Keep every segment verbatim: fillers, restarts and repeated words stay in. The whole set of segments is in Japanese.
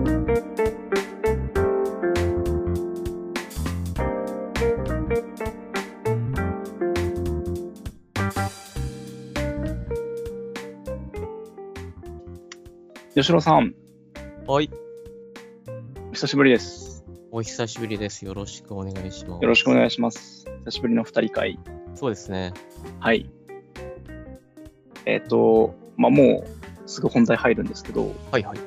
吉郎さん、 はい。 お久しぶりです。 お久しぶりです。よろしくお願いします。 よろしくお願いします。久しぶりの二人会。 そうですね。 はい。えっ、と、まあ、もうすぐ本題入るんですけど、 はいはい。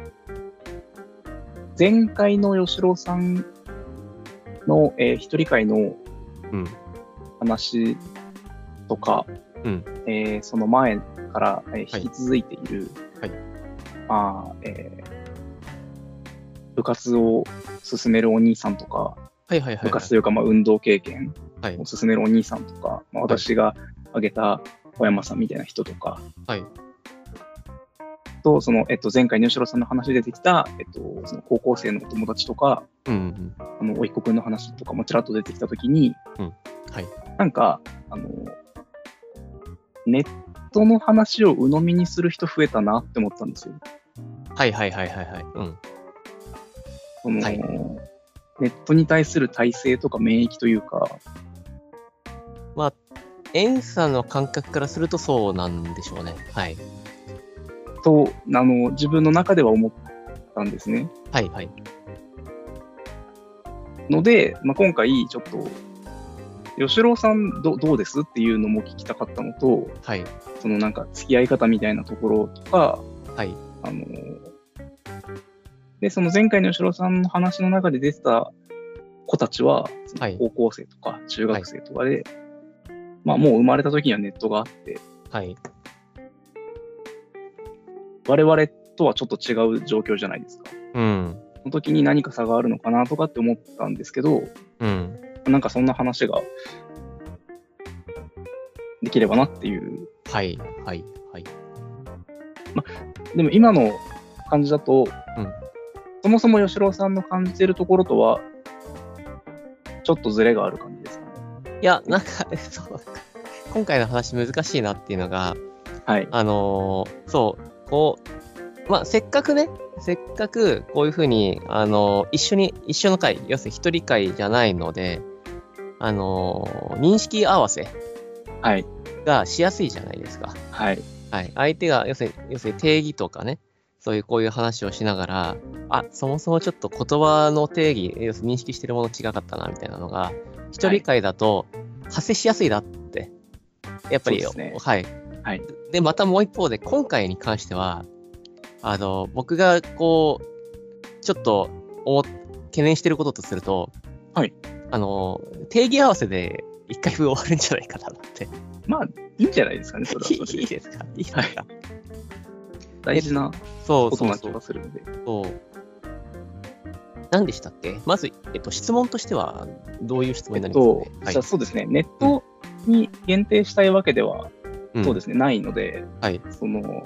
前回の吉郎さんの、えー一人会のうん。 話とか、 うん。 えーその前から、えーはい引き続いている、 はいまあえー部活を進めるお兄さんとか、 はいはいはい、はい。 部活というか、まあ、運動経験はいを。進めるお兄さんとか、まあ、私が挙げた小山さんみたいな人とか、 はい。 と、その、えっと、前回の吉郎さんの話で出てきた、えっと、その高校生のお友達とか、 うんうん。 あの、おいっ子くんの話とかもちらっと出てきたときに、 はい。 なんか、あの、ネットの話を鵜呑みにする人増えたなって思ったんですよ。 はいはいはいはいはい。うん。 その、 はいネットに対する耐性とか免疫というか、 まあ、エンさんの感覚からするとそうなんでしょうね。はい。 と、あの、自分の中では思ったんですね。 はいはい。 ので、まあ、今回、ちょっと、吉郎さんどどうですっていうのも聞きたかったのと、 はい。 そのなんか付き合い方みたいなところとか、 はい。 あの、で、その前回の吉郎さんの話の中で出てた子たちは、そのはい高校生とか中学生とかで、まあもう生まれた時にはネットがあって、 はい。 我々とはちょっと違う状況じゃないですか。 うん。 その時に何か差があるのかなとかって思ったんですけど、 うん。 なんかそんな話ができればなっていう。 はいはいはい。 でも今の感じだと、 うんそもそも吉郎さんの感じてるところとは、ちょっとズレがある感じですかね。 いや、なんか、そう。今回の話難しいなっていうのが、 はい。 あのーそう、こう、まあ、せっかくね、せっかくこういうふうに、あのー一緒に、一緒の会、要するに一人会じゃないので、あのー認識合わせはい。 がしやすいじゃないですか。 はい。 はい。相手が、要するに、要するに定義とかね、そういうこういう話をしながら、あ、そもそもちょっと言葉の定義、要するに認識してるもの違かったな、みたいなのが、一人会だと発生しやすいなって、やっぱり、 そうですねはい。 はい。 で、またもう一方で、今回に関しては、あの、僕がこう、ちょっと思っ懸念してることとすると、 はい。 あの、定義合わせで一回分終わるんじゃないかなって。 まあ、いいんじゃないですかね、それはそれで。 いいですかいいですか、 はい大事なそうことな気そうそうがするんで。 そう。何でしたっけまず、えっと、質問としては、どういう質問になりますかね、 えっと、じゃあそうですね、ネットに限定したいわけでは、そうですね、ないので、 はい。 その、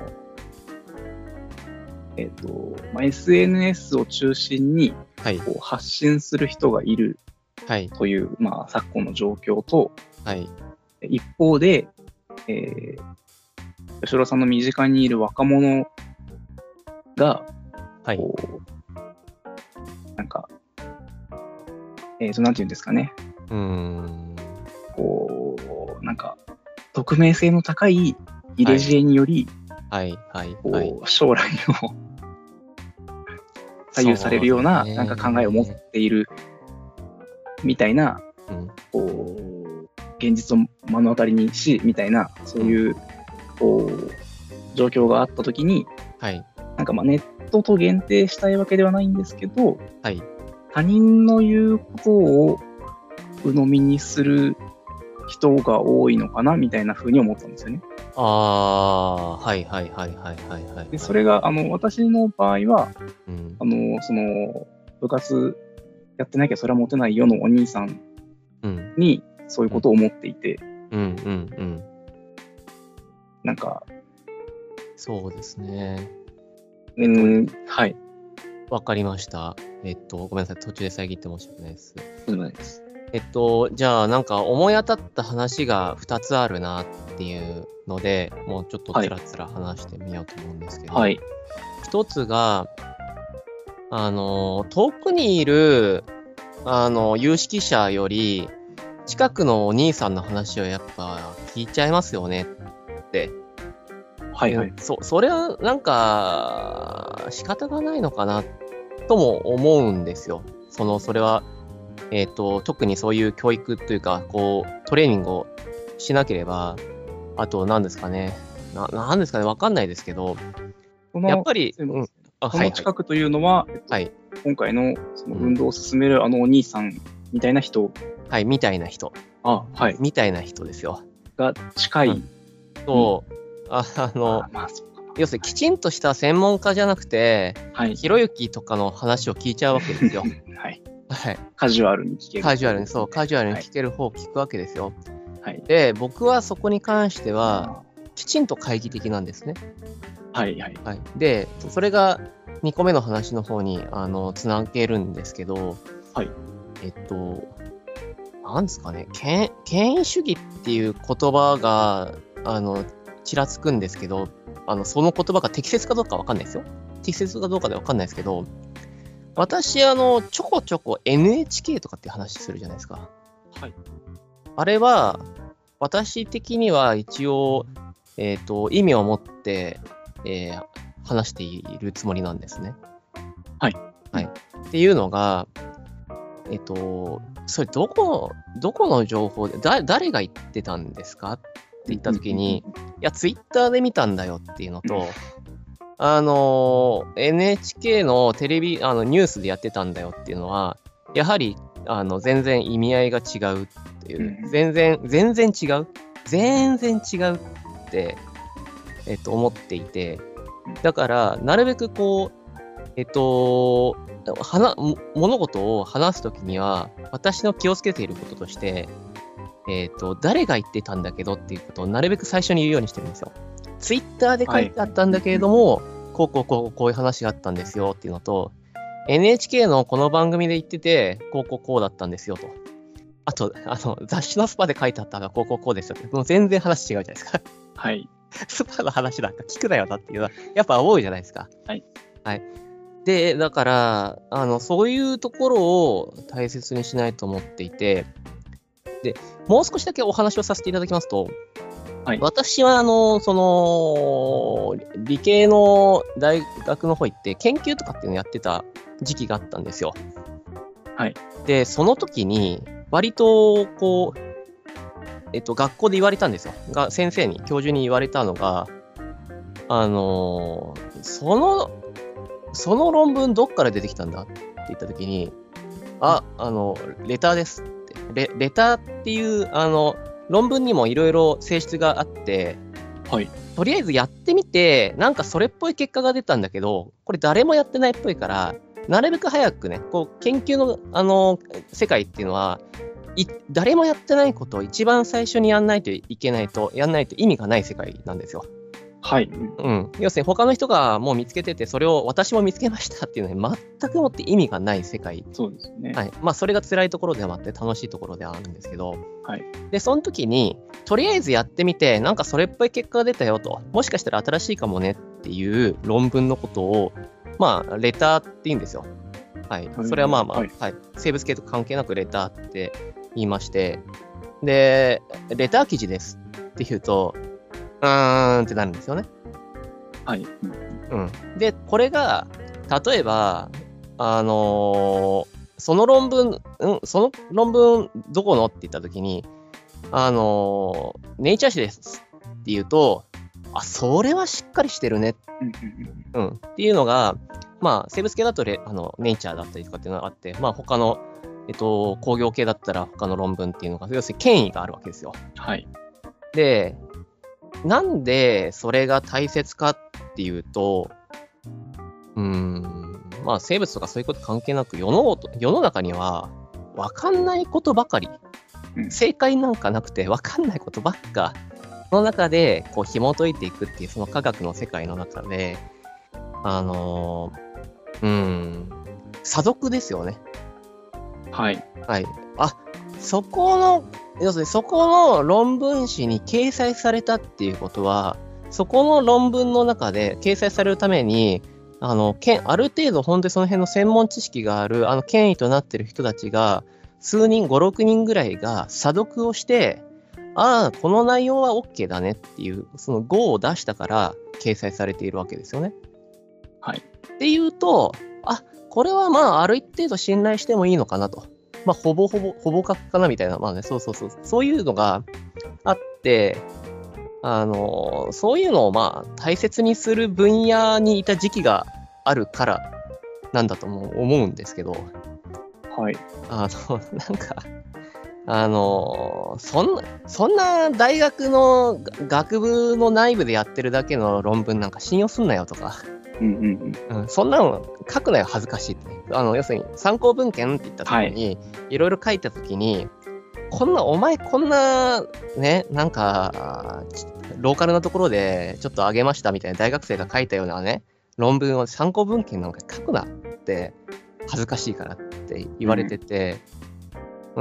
えっと、まあ、エスエヌエス を中心にはい。 こう発信する人がいるはい。 という、まあ、昨今の状況と、 はい。 一方で、えー、吉郎さんの身近にいる若者が、 はい。 こう、なんか、えっと、なんていうんですかね、 うーん。 こう、なんか、匿名性の高い入れ知恵により、 はい。はい。 こうはい。 将来を左右されるような、なんか考えを持っているみたいな、 うん。 こう、現実を目の当たりにし、みたいな、そういう、こう、状況があったときに、 はい。 なんかまあネットと限定したいわけではないんですけど、 はい。 他人の言うことを鵜呑みにする人が多いのかなみたいな風に思ったんですよね。 ああ、はいはいはいはいはいはい。 でそれがあの私の場合はうん。 あのその部活やってなきゃそれはモテないよのお兄さんうん。 にそういうことを思っていて、 うんうんうん。 なんかそうですね。 うーんはいわかりました。えっと、ごめんなさい。途中で遮って申し訳ないです。 そうでもないです。 えっと、じゃあなんか思い当たった話がふたつあるなっていうので、もうちょっとつらつら話してみようと思うんですけど、 はい一つが、 あの、遠くにいる、あの、有識者より、近くのお兄さんの話をやっぱ聞いちゃいますよねって。 はいはい。 そ、それはなんか、仕方がないのかな、とも思うんですよ。その、それは、えっと、特にそういう教育というか、こう、トレーニングをしなければ、あと、何ですかね。な、なんですかね、わかんないですけど、 このやっぱり、 すいませんうん。あ、 このはいはい。 近くというのは、えっとはい。 今回のその運動を進めるあのお兄さんみたいな人はい、みたいな人。 あ、はい、 みたいな人ですよ。 が近い。 うんと、あ、あの、 あまあ、そうかな。 要するにきちんとした専門家じゃなくて、 はい。 ひろゆきとかの話を聞いちゃうわけですよ。 はい。 はい。 カジュアルに聞ける。 カジュアルに、そう、カジュアルにはい聞ける方を聞くわけですよ。 はい。 で、僕はそこに関しては、きちんと懐疑的なんですね。 はいはい。 はい。で、それがにこめの話の方に、あの、つなげるんですけど、 はい。 えっと、なんですかね、権権威主義っていう言葉が、あの、ちらつくんですけど、あの、その言葉が適切かどうかわかんないですよ。適切かどうかでわかんないですけど、私、あの、ちょこちょこ エヌエイチケー とかっていう話するじゃないですか。 はい。 あれは、私的には一応、えっと、意味を持って、えー話しているつもりなんですね。 はい。 はい。っていうのが、えっと、それどこ、どこの情報で、だ、誰が言ってたんですかって言ったときに、いや、ツイッターで見たんだよっていうのと、あの、エヌエイチケー のテレビ、あの、ニュースでやってたんだよっていうのは、やはり、あの、全然意味合いが違うっていうう、 ん全然、全然違う、全然違うって、えっと、思っていて、だから、なるべくこう、えっと、はな、も物事を話すときには、私の気をつけていることとして、えっと、誰が言ってたんだけどっていうことをなるべく最初に言うようにしてるんですよ。ツイッターで書いてあったんだけれども、こうこうこうこういう話があったんですよっていうのと、エヌエイチケー のこの番組で言ってて、こうこうこうだったんですよと。あと、あの、雑誌のスパで書いてあったのがこうこうこうですよって、もう全然話違うじゃないですか。 はい。 スパの話なんか聞くなよなっていうのは、やっぱ多いじゃないですか。 はい。 はい。で、だから、あの、そういうところを大切にしないと思っていて、で、もう少しだけお話をさせていただきますと、 はい私は、あの、その、理系の大学の方行って、研究とかっていうのをやってた時期があったんですよ。 はい。 で、その時に、割と、こう、えっと、学校で言われたんですよ。が、先生に、教授に言われたのが、あの、その、その論文どっから出てきたんだって言ったときに、あ、あの、レターですって。レ、レターっていう、あの、論文にもいろいろ性質があって、 はい。 とりあえずやってみて、なんかそれっぽい結果が出たんだけど、これ誰もやってないっぽいから、なるべく早くね、こう、研究の、あの、世界っていうのは、い誰もやってないことを一番最初にやんないといけないと、やんないと意味がない世界なんですよ。 はい。 うん、要するに他の人がもう見つけてて、それを私も見つけましたっていうのに全くもって意味がない世界。 そうですね。 はい。まあ、それが辛いところでもあって楽しいところではあるんですけど、 はい。 で、その時に、とりあえずやってみて、なんかそれっぽい結果が出たよと、もしかしたら新しいかもねっていう論文のことを、まあ、レターって言うんですよ。はい。それはまあまあ、 はいはい。生物系と関係なくレターって言いまして、で、レター記事ですって言うと、うーんってなるんですよね。 はい。 うん。で、これが、例えば、あのーその論文、うん、その論文どこのって言ったときに、あのーネイチャー誌ですって言うと、あ、それはしっかりしてるね、 うんうんうん、っていうのが、まあ、生物系だとレあのネイチャーだったりとかっていうのがあって、まあ、他の、えっと、工業系だったら他の論文っていうのが、要するに権威があるわけですよ。 はい。 で、なんでそれが大切かっていうと、うーん、まあ生物とかそういうこと関係なく世の、世の中には分かんないことばかり、 うん正解なんかなくて分かんないことばっか、その中でこう紐解いていくっていうその科学の世界の中で、あのー、うーん、査読ですよね。 はい。 はい。あ、そこの、要するにそこの論文誌に掲載されたっていうことは、そこの論文の中で掲載されるために、 あの、権ある程度本当にその辺の専門知識がある、あの、権威となってる人たちが、数人、ご、ろくにんぐらいが査読をして、ああ、この内容は OK だねっていう、その ゴー を出したから掲載されているわけですよね。 はい。 っていうと、あ、これはまあ、ある一定度信頼してもいいのかなと。まあ、ほぼほぼ、ほぼ確かなみたいな、まあね、そうそうそう、そういうのがあって、あの、そういうのをまあ、大切にする分野にいた時期があるからなんだとも思うんですけど、 はい。 あの、なんか、あの、そんな、そんな大学の学部の内部でやってるだけの論文なんか信用すんなよとか、 うんうんうん。 うん、そんなの書くなよ恥ずかしいってね。あの、要するに参考文献って言った時に、いろいろ書いた時に、こんな、お前こんな、ね、なんか、ローカルなところでちょっと上げましたみたいな大学生が書いたようなね、論文を参考文献なんか書くなって恥ずかしいからって言われてて、うん、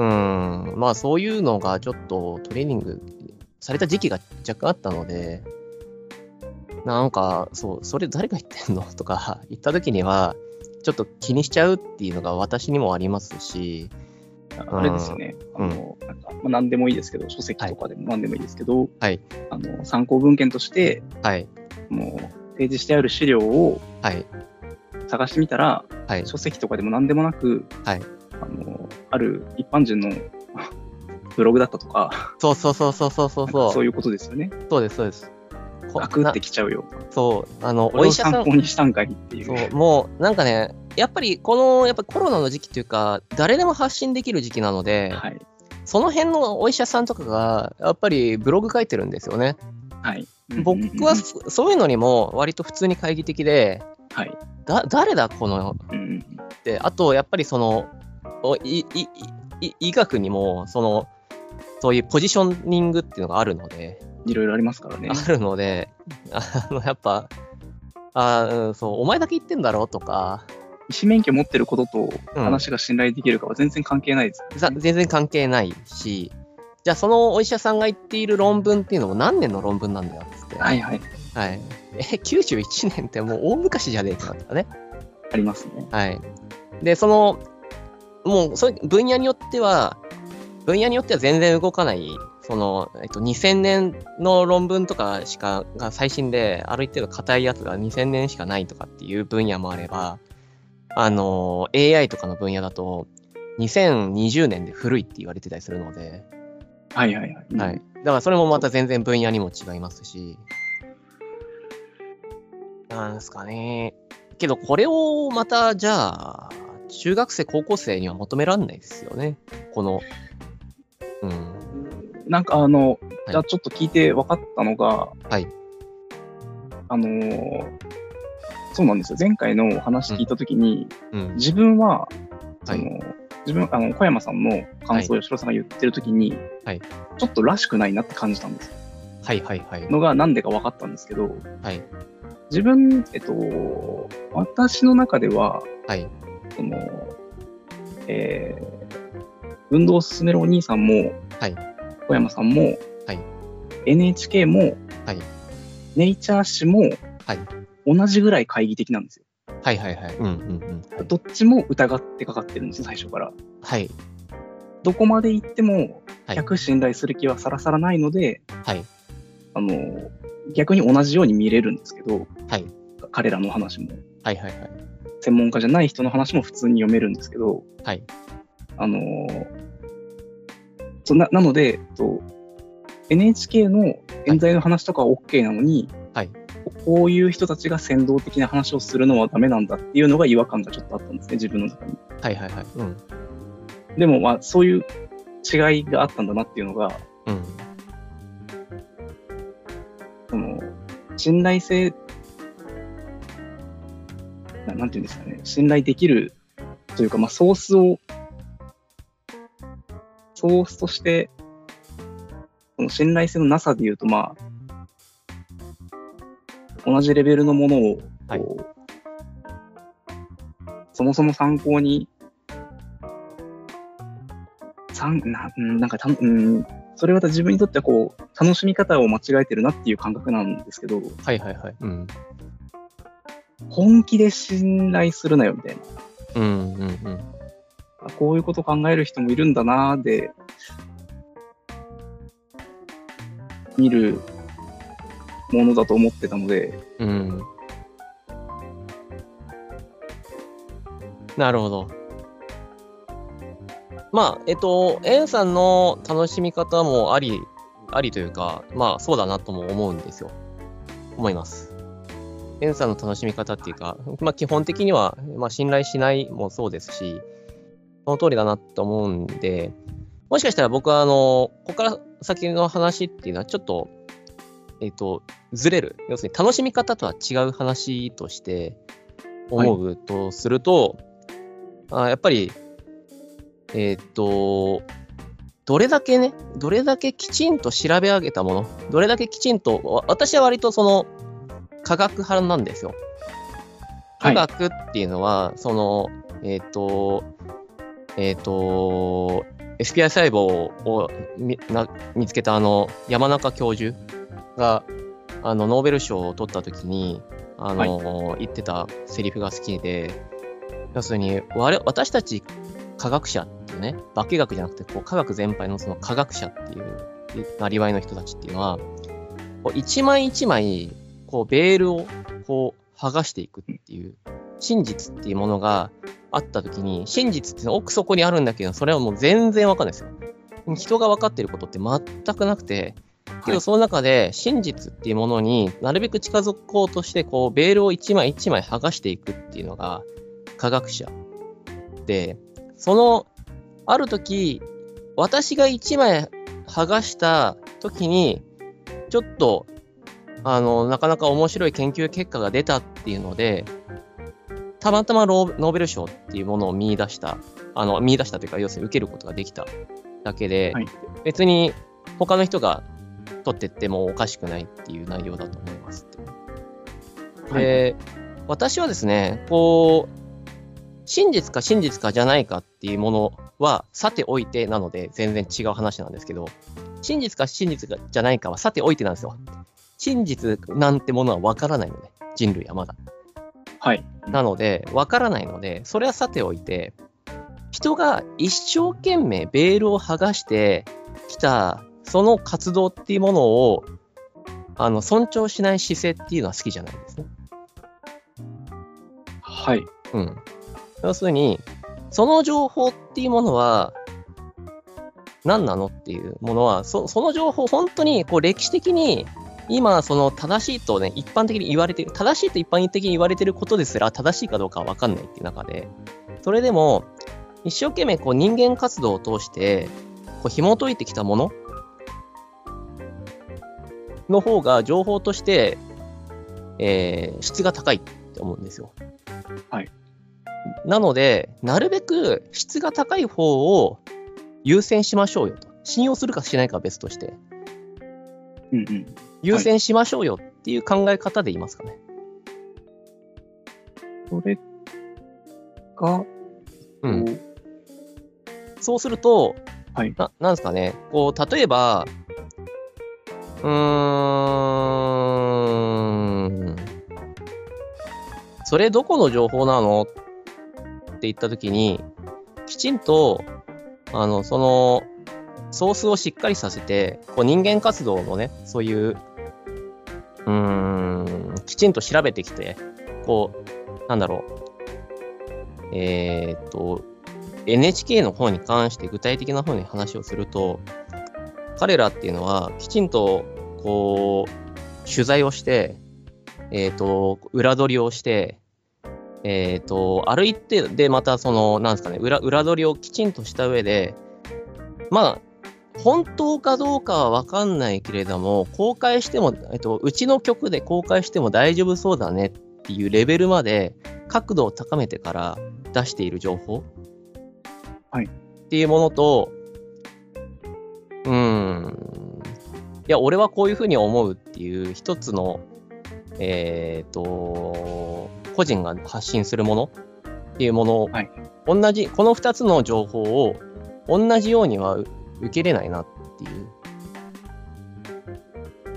うんまあそういうのがちょっとトレーニングされた時期が若干あったので、なんか、そう、それ誰が言ってんのとか言った時には、ちょっと気にしちゃうっていうのが私にもありますし、 あれですよね。あの、なんか、まあ、何でもいいですけど、書籍とかでも何でもいいですけど、 はい。 あの、参考文献として、 はい。 もう、提示してある資料をはい。 探してみたら、 はい。 書籍とかでも何でもなく、 はい。 あの、ある一般人のブログだったとか、 そうそうそうそうそうそうそう。 そういうことですよね。 そうです、そうです。 ガクってきちゃうよ。 そう、あの、 これを参考にしたんかいっていう。 そう、もう、なんかね、やっぱりこの、やっぱコロナの時期っていうか、誰でも発信できる時期なので、 はい、 その辺のお医者さんとかが、やっぱりブログ書いてるんですよね。 はい。 僕はそういうのにも割と普通に懐疑的で、 はい、 だ誰だこの、 うん、 で、あとやっぱりその、いいい医学にも、その、そういうポジショニングっていうのがあるので、 いろいろありますからね。 あるので、あのやっぱ、あ、うん、そう、お前だけ言ってんだろとか、 医師免許持ってることと話が信頼できるかは全然関係ないです、 ねうん、全然関係ないし、じゃあそのお医者さんが言っている論文っていうのも何年の論文なんだよっつって。 はいはい。 はい。え、きゅうじゅういちねんってもう大昔じゃねえかとかね。 ありますね。 はい。で、その、もうそういう分野によっては、分野によっては全然動かない、その、えっと、にせんねんの論文とかしか、が最新で、ある程度硬いやつがにせんねんしかないとかっていう分野もあれば、あの、エーアイ とかの分野だと、にせんにじゅうねんで古いって言われてたりするので、 はいはいはい。 はい。だからそれもまた全然分野にも違いますし、なんですかね。けどこれをまた、じゃあ、中学生、高校生には求められないですよね。この、うん。 なんかあの、はい、じゃあちょっと聞いて分かったのが、 はい。 あのー、そうなんですよ。前回の話聞いたときに、 うんうん、 自分は、その、 はい、 自分、あの、小山さんの感想を吉田さんが言ってるときに、はい、ちょっとらしくないなって感じたんですよ。 はいはいはい。 のがなんでか分かったんですけど、 はい。 自分、えっと、私の中では、 はい。 その、えー、運動を進めるお兄さんも、 はい、 小山さんも、 はい、 エヌエイチケー も、 はい、 ネイチャー誌も、 はい、同じぐらい懐疑的なんですよ。 はいはいはい。うんうんうん、はい、 どっちも疑ってかかってるんですよ、最初から。 はい。 どこまで行っても、ひゃく信頼する気はさらさらないので、 はい、 あの、逆に同じように見れるんですけど、 はい、 彼らの話も。 はいはいはい。 専門家じゃない人の話も普通に読めるんですけど、 はい。 あのそな、なので、と エヌエイチケー の冤罪の話とかは OK なのに、はい、こういう人たちが先導的な話をするのはダメなんだっていうのが違和感がちょっとあったんですね、自分の中に。 はいはいはい。うん、 でも、まあ、そういう違いがあったんだなっていうのが、うん、その信頼性な、なんていうんですかね、信頼できるというか、まあ、ソースを、ソースとして、その信頼性のなさでいうと、まあ、同じレベルのものを、はい、そもそも参考に、さんななんかた、うん、それは自分にとってはこう楽しみ方を間違えてるなっていう感覚なんですけど、 はいはいはい。うん、 本気で信頼するなよみたいな。 うんうんうん。 こういうこと考える人もいるんだなーで、見るものだと思ってたので。 うん。なるほど。まあ、えっと、エンさんの楽しみ方もあり、ありというか、まあ、そうだなとも思うんですよ。思います。エンさんの楽しみ方っていうか、まあ、基本的には、まあ、信頼しないもそうですし、その通りだなと思うんで、もしかしたら僕は、あの、ここから先の話っていうのはちょっと、えっと、ずれる。要するに楽しみ方とは違う話として思うとすると、はい、あやっぱり、えっと、どれだけね、どれだけきちんと調べ上げたもの、どれだけきちんと、私は割とその科学派なんですよ。科学っていうのは、はい、その、えっと、えっと、エスピーアイ 細胞を 見, な見つけたあの山中教授があのノーベル賞を取った時にあの、はい、言ってたセリフが好きで、要するに我私たち科学者っていうね、化学じゃなくてこう科学全般のその科学者っていうなりわいの人たちっていうのは、こう一枚一枚こうベールをこう剥がしていくっていう真実っていうものがあったときに、真実って奥底にあるんだけど、それはもう全然わかんないですよ。人が分かってることって全くなくて、けどその中で真実っていうものになるべく近づこうとして、こうベールを一枚一枚剥がしていくっていうのが科学者で、そのある時、私が一枚剥がした時に、ちょっとあのなかなか面白い研究結果が出たっていうので、たまたまノーベル賞っていうものを見出した、あの見出したというか、要するに受けることができただけで、はい、別に他の人が取ってってもおかしくないっていう内容だと思いますって。で、はい、私はですね、こう、真実か真実かじゃないかっていうものはさておいてなので、全然違う話なんですけど、真実か真実かじゃないかはさておいてなんですよ。真実なんてものはわからないので、人類はまだ。 はい。 なので、わからないので、それはさておいて、人が一生懸命ベールを剥がしてきた、その活動っていうものを、あの、尊重しない姿勢っていうのは好きじゃないですね。 はい。 うん。要するに、その情報っていうものは、何なのっていうものは、そ, その情報、本当にこう歴史的に、今、その正しいとね、一般的に言われている、正しいと一般的に言われていることですら、正しいかどうかは分かんないっていう中で、それでも、一生懸命こう人間活動を通して、こう紐解いてきたものの方が、情報として、えー、質が高いって思うんですよ。 はい。 なので、なるべく質が高い方を優先しましょうよと。信用するかしないかは別として。 うんうん。 優先しましょうよっていう考え方で言いますかね。 それが、 うん。そうすると、 はい、 な, なんですかね、こう、例えば、うーん、それどこの情報なのって言ったときに、きちんと、あの、その、ソースをしっかりさせて、こう人間活動のね、そういう、うーん、きちんと調べてきて、こう、なんだろう、えーっと、エヌエイチケー の方に関して具体的な方に話をすると、彼らっていうのは、きちんと、こう、取材をして、えーっと、裏取りをして、えーっと、歩いて、で、またその、なんですかね、裏、裏取りをきちんとした上で、まあ、本当かどうかは分かんないけれども、公開しても、えっと、うちの局で公開しても大丈夫そうだねっていうレベルまで角度を高めてから出している情報、 はい、 っていうものと、うーん、いや、俺はこういうふうに思うっていう一つの、えっと、個人が発信するものっていうものを、 はい、 同じ、この二つの情報を同じようには受けれないなっていう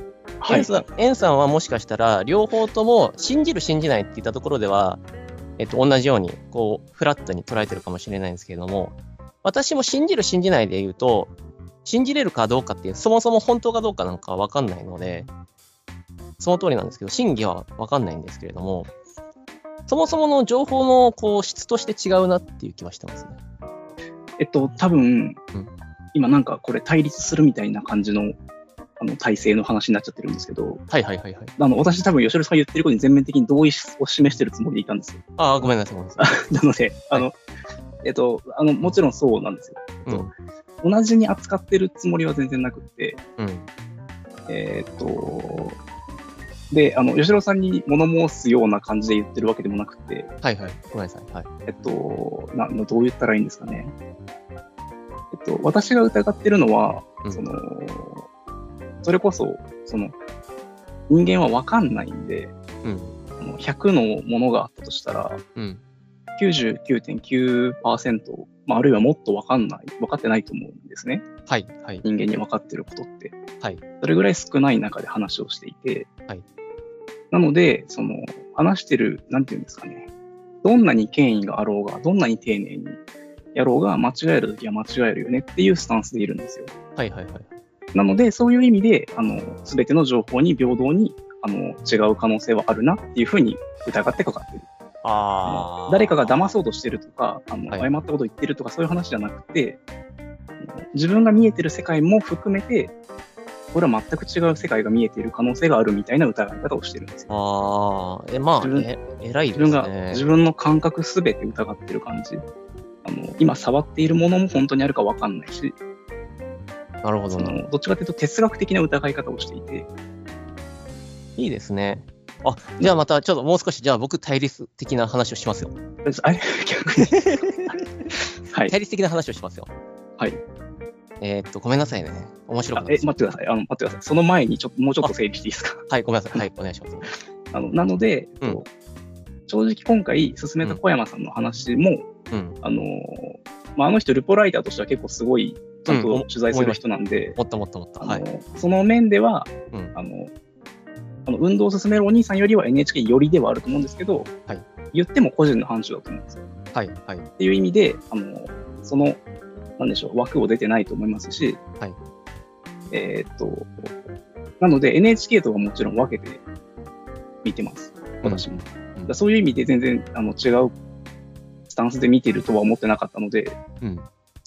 エンさん、エンさんはもしかしたら、両方とも信じる、信じないって言ったところでは、えっと、同じように、こう、フラットに捉えてるかもしれないんですけれども、私も信じる、信じないで言うと、信じれるかどうかっていう、そもそも本当かどうかなんかわかんないので、その通りなんですけど、真偽はわかんないんですけれども、そもそもの情報のこう質として違うなっていう気はしてますね。 えっと、多分、 うん、 今なんかこれ対立するみたいな感じの、あの体制の話になっちゃってるんですけど、 はいはいはいはい。 あの私多分吉野さんが言ってることに全面的に同意を示してるつもりでいたんですよ。 ああ、ごめんなさい、ごめんなさい。 なので、あの、はい、えっと、あの、もちろんそうなんですよ。うん、同じに扱ってるつもりは全然なくって、 うん、 えっと、で、あの、吉野さんに物申すような感じで言ってるわけでもなくて、 はいはい、ごめんなさい。はい。 えっと、な、どう言ったらいいんですかね。えっと、私が疑ってるのは、うん、その、それこそ、その、人間は分かんないんで、 うん、 あのひゃくのものがあったとしたら、 うん、 きゅうじゅうきゅうてんきゅうパーセント、まあ、あるいはもっと分かんない、分かってないと思うんですね。 はい、はい。 人間に分かってることって。 はい。 それぐらい少ない中で話をしていて、 はい。 なので、その、話してる、なんていうんですかね、どんなに権威があろうが、どんなに丁寧にやろうが、間違えるときは間違えるよねっていうスタンスでいるんですよ。 はいはいはい。 なので、そういう意味で、あの、すべての情報に平等に、あの、違う可能性はあるなっていうふうに疑ってかかってる。 ああ。 誰かが騙そうとしてるとか、あの、 はい、 誤ったことを言ってるとか、そういう話じゃなくて、自分が見えてる世界も含めて、これは全く違う世界が見えている可能性があるみたいな疑い方をしてるんですよ。 ああ、え、まあ、自分え偉いですね。 自分が、自分の感覚すべて疑ってる感じ。あの、今触っているものも本当にあるか分かんないし、 なるほど、 ね。どっちかというと哲学的な疑い方をしていて。 いいですね。あ、じゃあまたちょっともう少し、じゃあ僕対立的な話をしますよ。 あれ逆に。 はい。対立的な話をしますよ。 はい。 えー、っと、ごめんなさいね。面白かったです。え、待ってください。あの、待ってください。その前にちょっと、もうちょっと整理していいですか。 はい、ごめんなさい。はい、お願いします。 あの、なので、うん、正直今回進めた小山さんの話も、うん、あの、まあ、あの人、ルポライターとしては結構すごい、ちゃんと取材する人なんで、 もっともっともっと。はい。 その面では、うん、あの、あの運動を進めるお兄さんよりは エヌエイチケー よりではあると思うんですけど、 はい、 言っても個人の話だと思うんですよ。 はいはい、 っていう意味で、あのその、なんでしょう、枠を出てないと思いますし、 はい、 えー、っと、なので エヌエイチケー とはもちろん分けて見てます、私も。うん、だそういう意味で全然あの違うスタンスで見てるとは思ってなかったので、 うん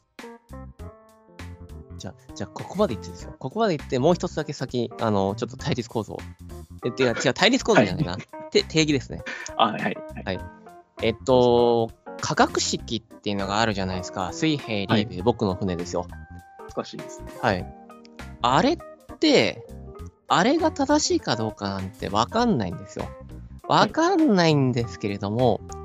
じゃあ、じゃあ、ここまで言ってですよ。ここまで言って、もう一つだけ先、あの、ちょっと対立構造。え、違う、違う、対立構造じゃないな。はい、て定義ですね。 あ、はい、はい。 はい。えっと、化学式っていうのがあるじゃないですか。水平、リーベ、はい、僕の船ですよ。 難しいですね。 はい。あれって、あれが正しいかどうかなんてわかんないんですよ。わかんないんですけれども、はい、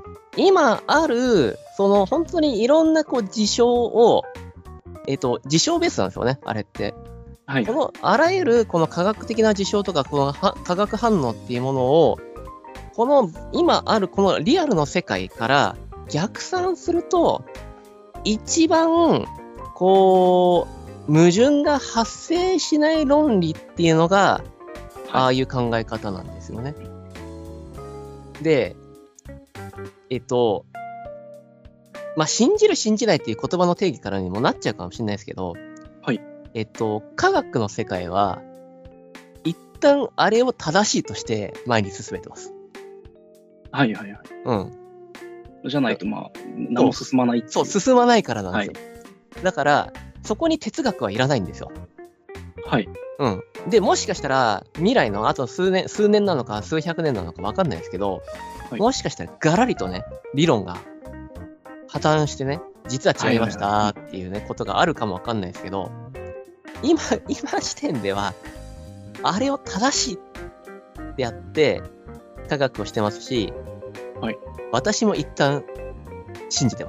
今ある、その、本当にいろんな、こう、事象を、えっと、事象ベースなんですよね、あれって。はい、このあらゆるこの科学的な事象とか、この化学反応っていうものを、この今あるこのリアルの世界から逆算すると、一番こう、矛盾が発生しない論理っていうのが、はい、ああいう考え方なんですよね。で、えっと、まあ、信じる信じないっていう言葉の定義からにもなっちゃうかもしれないですけど、 はい。 えっと、科学の世界は、一旦あれを正しいとして前に進めてます。 はいはいはい。 うん。 じゃないと、まあ、何も進まないっていう。 そう、進まないからなんですよ。はい、だから、そこに哲学はいらないんですよ。 はい。 うん。で、もしかしたら、未来のあと数年、数年なのか、数百年なのか分かんないですけど、はい、もしかしたらガラリとね、理論が破綻してね、実は違いましたっていうね、ことがあるかもわかんないですけど、今、今時点では、あれを正しいってやって、科学をしてますし、 はい、 私も一旦信じてます。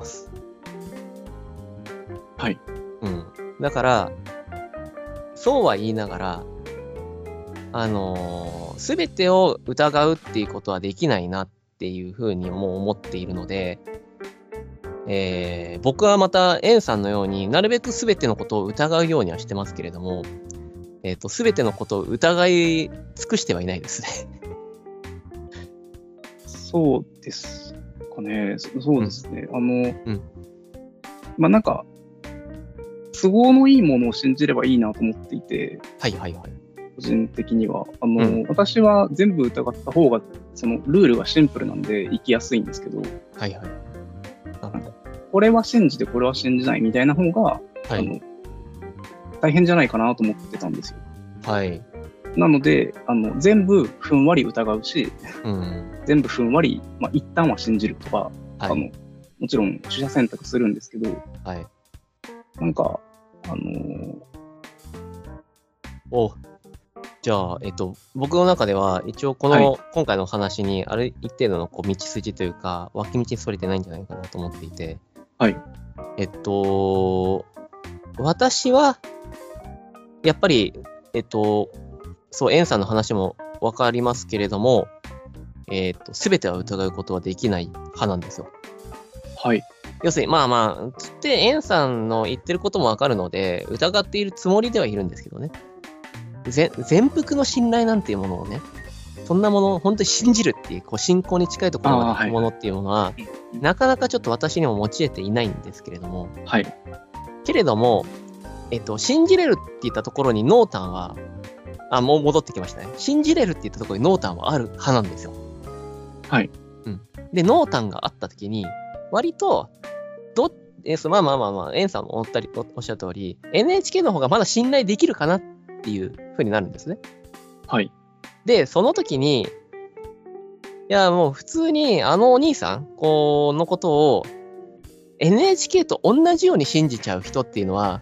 はい。 うん。だから、そうは言いながら、あのー、すべてを疑うっていうことはできないなっていうふうにも思っているので、えー、僕はまたエンさんのようになるべく全てのことを疑うようにはしてますけれども、 えっと、すべてのことを疑い尽くしてはいないですね。 そうですかね。そそうですね。あの、 うんまあなんか、都合のいいものを信じればいいなと思っていて、 はいはいはい。 個人的には。あの、 うん私は全部疑った方が、そのルールがシンプルなんで生きやすいんですけど、 はいはい。なるほど。 これは信じてこれは信じないみたいな方が、 はい。 あの大変じゃないかなと思ってたんですよ。 はい。 なので、あの全部ふんわり疑うし、 うん。 全部ふんわり、まあ、一旦は信じるとか、 はあのい。 もちろん取捨選択するんですけど、 はい。 なんか、あのーお、じゃあ、えっと、僕の中では、一応こはいの、今回の話に、ある一定度のこう道筋というか、脇道にそれてないんじゃないかなと思っていて、 はい。 えっと、私は、やっぱり、えっと、そう、エンさんの話もわかりますけれども、えっと、すべては疑うことはできない派なんですよ。 はい。 要するに、まあまあ、つって、エンさんの言ってることもわかるので、疑っているつもりではいるんですけどね。ぜ全幅の信頼なんていうものをね、そんなものを本当に信じるっていう、こう信仰に近いところまで行くものっていうものは、なかなかちょっと私にも持ち得ていないんですけれども、 はい。 けれども、えっと、信じれるって言ったところに濃淡は、あ、もう戻ってきましたね。信じれるって言ったところに濃淡はある派なんですよ。 はい。 うん。で、濃淡があったときに、割と、ど、えー、そまあまあまあまあ、エンさんもおったりおおっしゃる通り、エヌエイチケー の方がまだ信頼できるかなっていう風になるんですね。 はい。 で、その時に、いや、もう普通にあのお兄さん、こうのことを エヌエイチケー と同じように信じちゃう人っていうのは、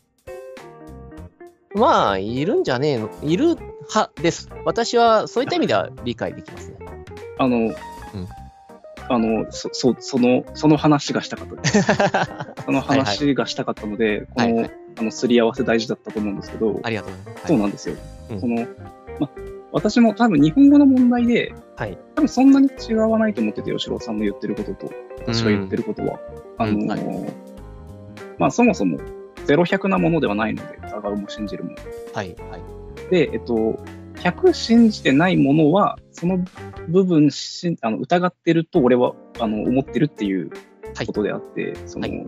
まあ、いるんじゃねえの、いる派です。私はそういった意味では理解できますね。 あの、あの、そ、そ、その、その話がしたかったです。その話がしたかったので、この、 はいはい、 あの、すり合わせ大事だったと思うんですけど、 ありがとうございます。 そうなんですよ。 うん、 その、ま、私も多分日本語の問題で、 はい、 多分そんなに違わないと思ってて、吉郎さんの言ってることと、私が言ってることは。 うん、 あの、 うんはい、 まあ、そもそもゼロひゃくなものではないので、疑うも信じるも。 はい、はい。 で、えっと、ひゃく信じてないものは、その部分しあの疑ってると俺はあの思ってるっていうことであって、はい、その、はい、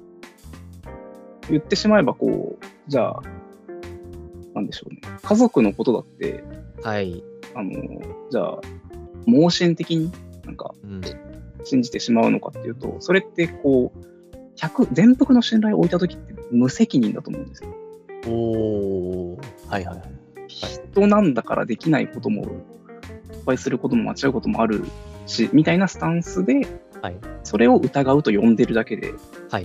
言ってしまえばこう、じゃあ、なんでしょうね。家族のことだって、 はい、 あの、じゃあ、盲信的になんか、信じてしまうのかっていうと、それってこう、ひゃく全幅の信頼を置いたときって無責任だと思うんですよ。 おー、はいはいはい。 人なんだからできないことも、失敗することも間違うこともあるし、みたいなスタンスで、 はい、 それを疑うと呼んでるだけで、 はい。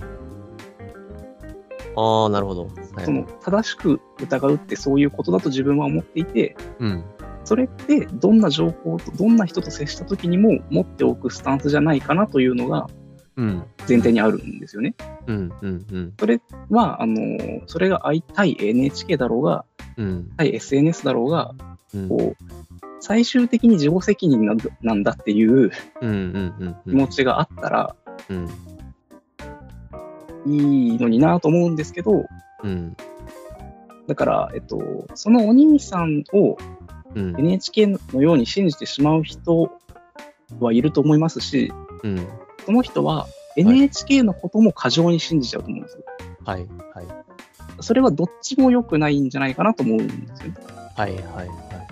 ああ、なるほど。はい、 その正しく疑うってそういうことだと自分は思っていて、 うん、 それってどんな情報とどんな人と接したときにも持っておくスタンスじゃないかなというのが前提にあるんですよね。 うんうんうん、 それはあのそれが対 エヌエイチケー だろうが、 うん、 対 エスエヌエス だろうが、 うん、 こう最終的に自己責任なんだ、なんだっていう気持ちがあったら、 うんいいのになと思うんですけど、 うん、 だから、えっと、そのお兄さんを エヌエイチケー のように信じてしまう人はいると思いますし、うん、その人は エヌエイチケー のことも過剰に信じちゃうと思うんですよ。 はい、はい。 それはどっちも良くないんじゃないかなと思うんですよね。 はい、はい、はい。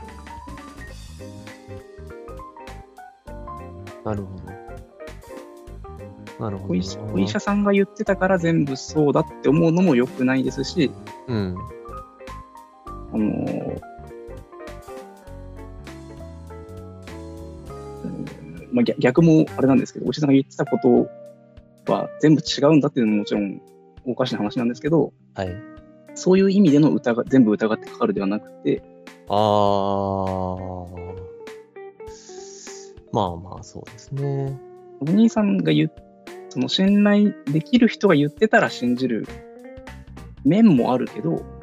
なるほど。なるほど。 お医者さんが言ってたから全部そうだって思うのも良くないですし、うん、あのーうんまあ、逆もあれなんですけど、お医者さんが言ってたことは全部違うんだっていうのももちろんおかしな話なんですけど、はい、そういう意味での疑全部疑ってかかるではなくて、 あー、まあまあそうですね。 お兄さんが言っその信頼できる人が言ってたら信じる面もあるけど、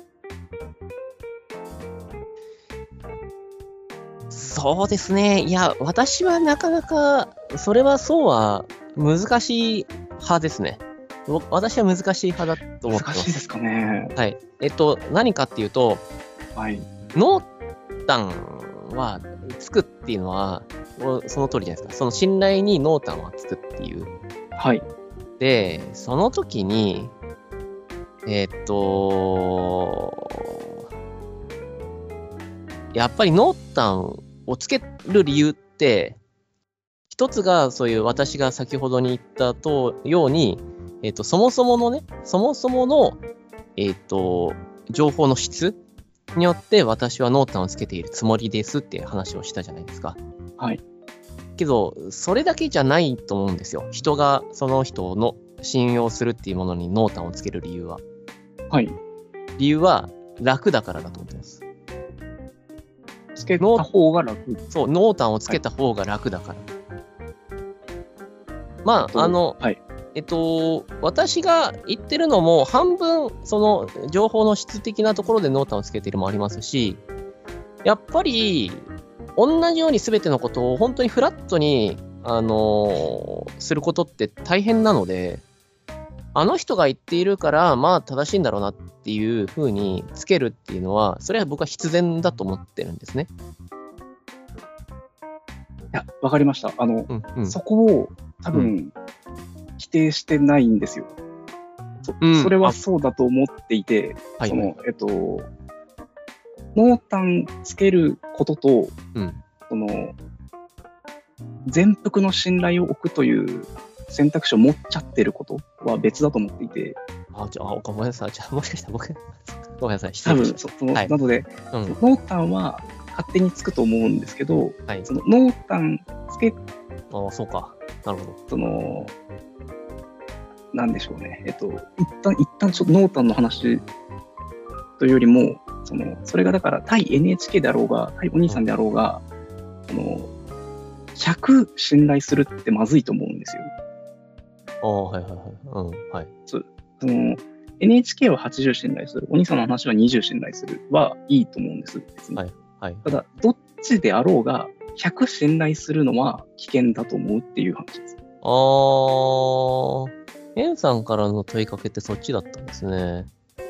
そうですね。いや、私はなかなか、それはそうは難しい派ですね。 僕私は難しい派だと思ってます。 難しいですかね。 はい。えっと、何かっていうと、 はい。 濃淡はつくっていうのは、その通りじゃないですか。その信頼に濃淡はつくっていう。 はい。 で、その時に、えーっと、やっぱり濃淡をつける理由って、一つがそういう私が先ほどに言ったとように、えーっと、そもそものね、そもそもの、えーっと、情報の質によって私は濃淡をつけているつもりですって話をしたじゃないですか。 はい。 けど、それだけじゃないと思うんですよ。人がその人の信用するっていうものに濃淡をつける理由は。 はい。 理由は楽だからだと思ってます。 つけた方が楽。 そう、濃淡をつけた方が楽だから。はい、まあ、あの、はい、えっと、私が言ってるのも半分、その情報の質的なところで濃淡をつけているもありますし、やっぱり、同じように全てのことを本当にフラットに、あのー、することって大変なので、あの人が言っているから、まあ正しいんだろうなっていうふうにつけるっていうのは、それは僕は必然だと思ってるんですね。 いや、わかりました。あの、うんうん、そこを多分、うん、否定してないんですよ。そ, うん、それはそうだと思っていて、はい、その、えっと、濃淡つけることと、うん、その、全幅の信頼を置くという選択肢を持っちゃってることは別だと思っていて。 あ、じゃあ、ごめんなさい。じゃあ、もしかしたら僕、ごめんなさい。 多分、そその、はい、なので、うん、濃淡は勝手につくと思うんですけど、はい、その濃淡つけ、 ああ、そうか。なるほど。 その、なんでしょうね。えっと、一旦、一旦ちょっと濃淡の話というよりも、その、それがだから対 エヌエイチケー であろうが、対お兄さんであろうが、うん、のひゃく信頼するってまずいと思うんですよ。 ああ、はいはいはい。うん、はい。 そその エヌエイチケー ははちじゅう信頼する、お兄さんの話はにじゅう信頼するはいいと思うんです。 はいはい、 ただ、どっちであろうが、ひゃく信頼するのは危険だと思うっていう話です。 あー、エンさんからの問いかけってそっちだったんですね。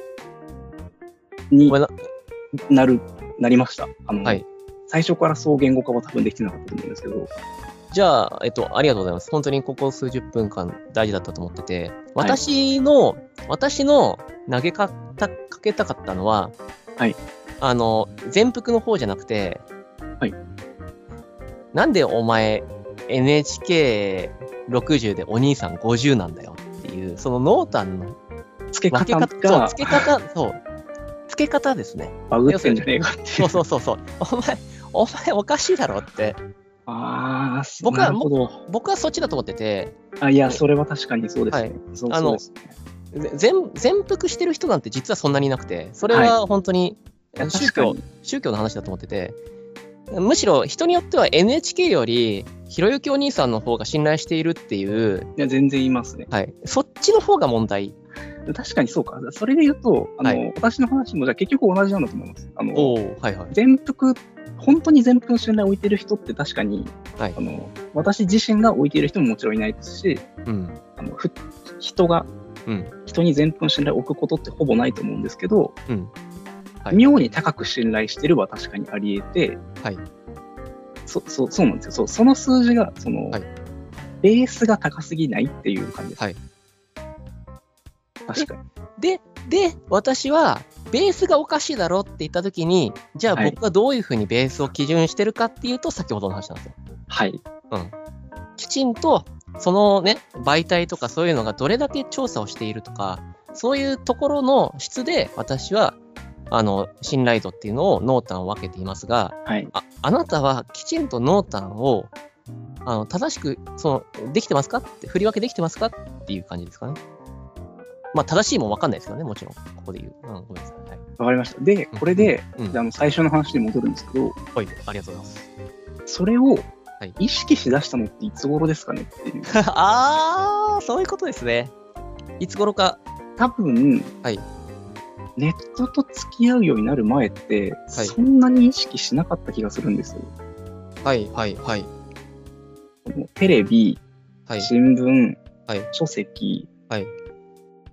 にな、なる、なりました。あの、はい、最初からそう言語化は多分できてなかったと思うんですけど。 じゃあ、えっと、ありがとうございます。本当にここ数十分間大事だったと思ってて、私の、はい、私の投げかたかけたかったのは、 はい、 あの、全幅の方じゃなくて、 はい、なんでお前 エヌエイチケーろくじゅう でお兄さんごじゅうなんだよっていう、その濃淡の付け方が、 そう、付け方、そう、付け方ですね。 バグってんじゃねえかっていう。 そうそうそうそう。お前、お前おかしいだろって。 ああ、 僕は僕はそっちだと思ってて。 あ、いや、それは確かにそうですね。はい、そうあのそうですね、全全幅してる人なんて実はそんなにいなくて、それは本当に宗教、はい、宗教の話だと思ってて、むしろ人によっては エヌエイチケー よりひろゆきお兄さんの方が信頼しているっていう。 いや、全然いますね。 はい。そっちの方が問題。 確かにそうか。それで言うと、あの、はい、私の話もじゃあ結局同じなんだと思います。あの、 おはいはい、 全幅、本当に全幅の信頼を置いてる人って確かに、はい、あの私自身が置いている人ももちろんいないですし、うん、あのふ人が、うん、人に全幅の信頼を置くことってほぼないと思うんですけど、うんはい、妙に高く信頼してるは確かにあり得て、はい、そ, そ, そうなんですよ。そうその数字がその、はい、ベースが高すぎないっていう感じです。はい、確かに。 で、で、私は、ベースがおかしいだろって言ったときに、じゃあ僕はどういうふうにベースを基準してるかっていうと、先ほどの話なんですよ。 はい。 うん。きちんと、そのね、媒体とかそういうのがどれだけ調査をしているとか、そういうところの質で、私は、あの、信頼度っていうのを濃淡を分けていますが、はい、あ, あなたはきちんと濃淡を、あの、正しく、その、できてますかって、振り分けできてますかっていう感じですかね。まあ、正しいもん分かんないですけどね、もちろん。ここで言う。うん、ごめんなさい。はい、 分かりました。で、これで、うんうん、あの最初の話に戻るんですけど、 はい、ありがとうございます。 それを意識しだしたのっていつ頃ですかねっていう。 ああ、そういうことですね。いつ頃か。 多分、はい、ネットと付き合うようになる前って、はい、そんなに意識しなかった気がするんですよ。 はいはいはい。 テレビ、はい、新聞、はい、書籍、はい、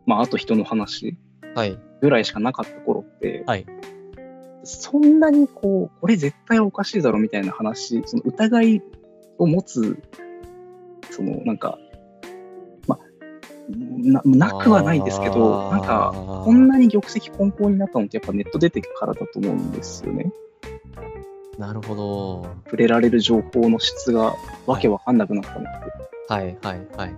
まあ、あと人の話はい。 ぐらいしかなかった頃って、 はい。 そんなにこう、これ絶対おかしいだろみたいな話、その疑いを持つ、そのなんか、まあ、ななくはないですけど、なんか、こんなに玉石混交になったのってやっぱネット出てからだと思うんですよね。 なるほど。 触れられる情報の質がわけわかんなくなったのって。 はいはいはい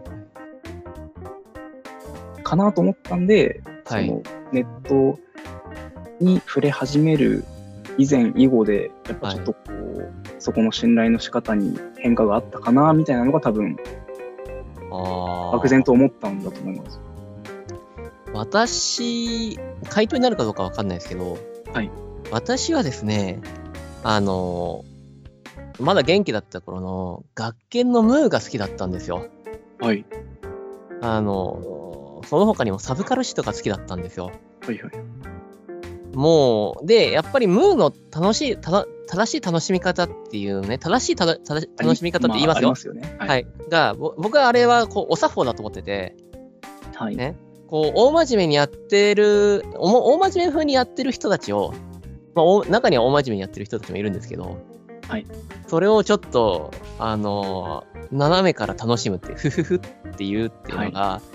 かなと思ったんで、 はい。 そのネットに触れ始める以前以後で、やっぱちょっとこう、はい、そこの信頼の仕方に変化があったかなみたいなのが多分、 あ漠然と思ったんだと思います。 私、回答になるかどうかわかんないですけど、 はい、 私はですね、あの、まだ元気だった頃の学研のムーが好きだったんですよ。 はい。 あの、その他にもサブカル誌とか好きだったんですよ。 はいはい。 もう、で、やっぱりムーの楽しい、ただ正しい楽しみ方っていうね、正しいただただ楽しみ方って言いますよ。まあ、ありますよね。 はい。はい、が、僕はあれはこうお作法だと思ってて、 はい。 ね、こう、大真面目にやってる、大真面目風にやってる人たちを、まあ、中には大真面目にやってる人たちもいるんですけど、 はい、 それをちょっと、あのー、斜めから楽しむって、ふふふっていうっていうのが、はい、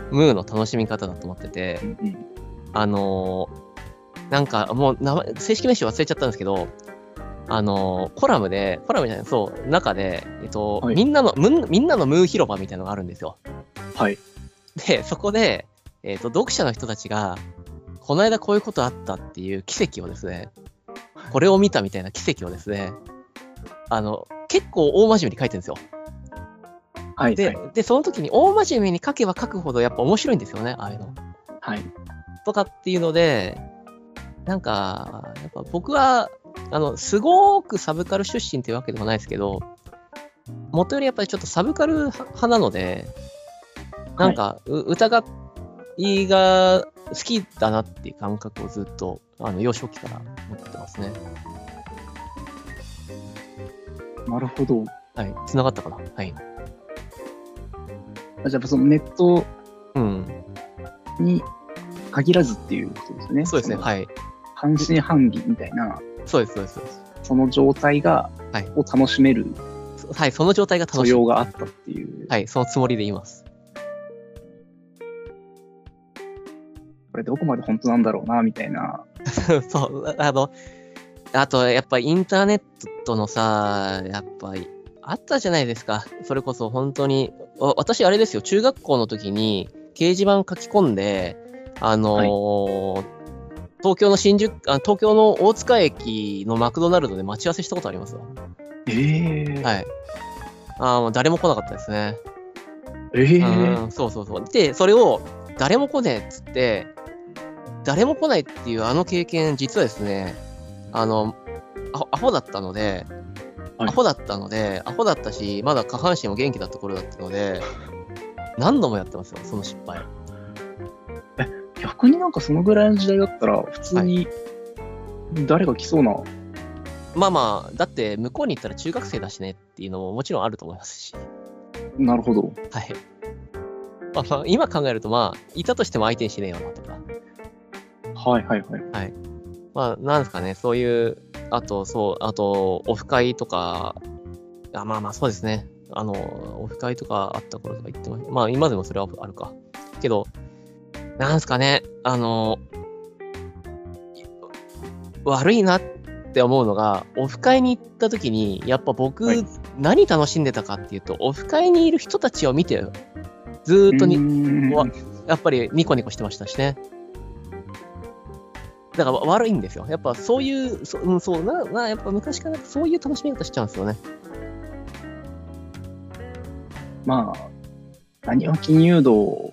ムーの楽しみ方だと思ってて、うんうん、あのー、なんかもう名前、正式名称忘れちゃったんですけど、あのー、コラムで、コラムじゃない、そう、中で、えっと、はい、みんなの、みんなのムー広場みたいなのがあるんですよ。 はい。 で、そこで、えっと、読者の人たちが、この間こういうことあったっていう奇跡をですね、これを見たみたいな奇跡をですね、あの、結構大真面目に書いてるんですよ。 はい。 で、 はい、 で、その時に大真面目に書けば書くほどやっぱ面白いんですよね、ああいうの。 はい。 とかっていうので、なんか、やっぱ僕は、あの、すごくサブカル出身っていうわけでもないですけど、元よりやっぱりちょっとサブカル派なので、なんか、はい、疑いが好きだなっていう感覚をずっと、あの、幼少期から持ってますね。 なるほど。 はい。繋がったかな。はい。 あ、じゃあ、そのネットに限らずっていうことですね。 そうですね。はい。 半信半疑みたいな。 そうです、そうです。 その状態が、はい、を楽しめる。 はい、その状態が楽しめる。 素養があったっていう。 はい、そのつもりで言います。 これどこまで本当なんだろうな、みたいな。 そう、あの、あと、やっぱインターネットのさ、やっぱり、あったじゃないですか。それこそ本当に、私あれですよ、中学校の時に掲示板書き込んで、あのーはい、東京の新宿、あ、東京の大塚駅のマクドナルドで待ち合わせしたことありますよ。 えー、 はい。あ、もう誰も来なかったですね。 えー、 うん、そうそうそう。で、それを誰も来ねえっつって、誰も来ないっていうあの経験、実はですね、あの、アホ、アホだったので、はい、アホだったので、アホだったし、まだ下半身も元気だった頃だったので、何度もやってますよ、その失敗。 え、逆になんかそのぐらいの時代だったら、普通に誰が来そうな、はい、 まあまあ、だって向こうに行ったら中学生だしねっていうのももちろんあると思いますし。 なるほど。 はい。まあまあ、今考えると、まあ、いたとしても相手にしねえよなとか。 はいはいはい。 はい。まあ、なんですかね、そういう、あと、そう、あと、オフ会とか、あ、まあまあ、そうですね。あの、オフ会とかあった頃とか言ってました。まあ、今でもそれはあるか。けど、なんですかね、あの、悪いなって思うのが、オフ会に行った時に、やっぱ僕、はい、何楽しんでたかっていうと、オフ会にいる人たちを見て、ずーっとに、やっぱりニコニコしてましたしね。だから悪いんですよ。やっぱそういう、そ、うん、そうな、な、やっぱ昔からそういう楽しみ方しちゃうんですよね。 まあ、何は金融道を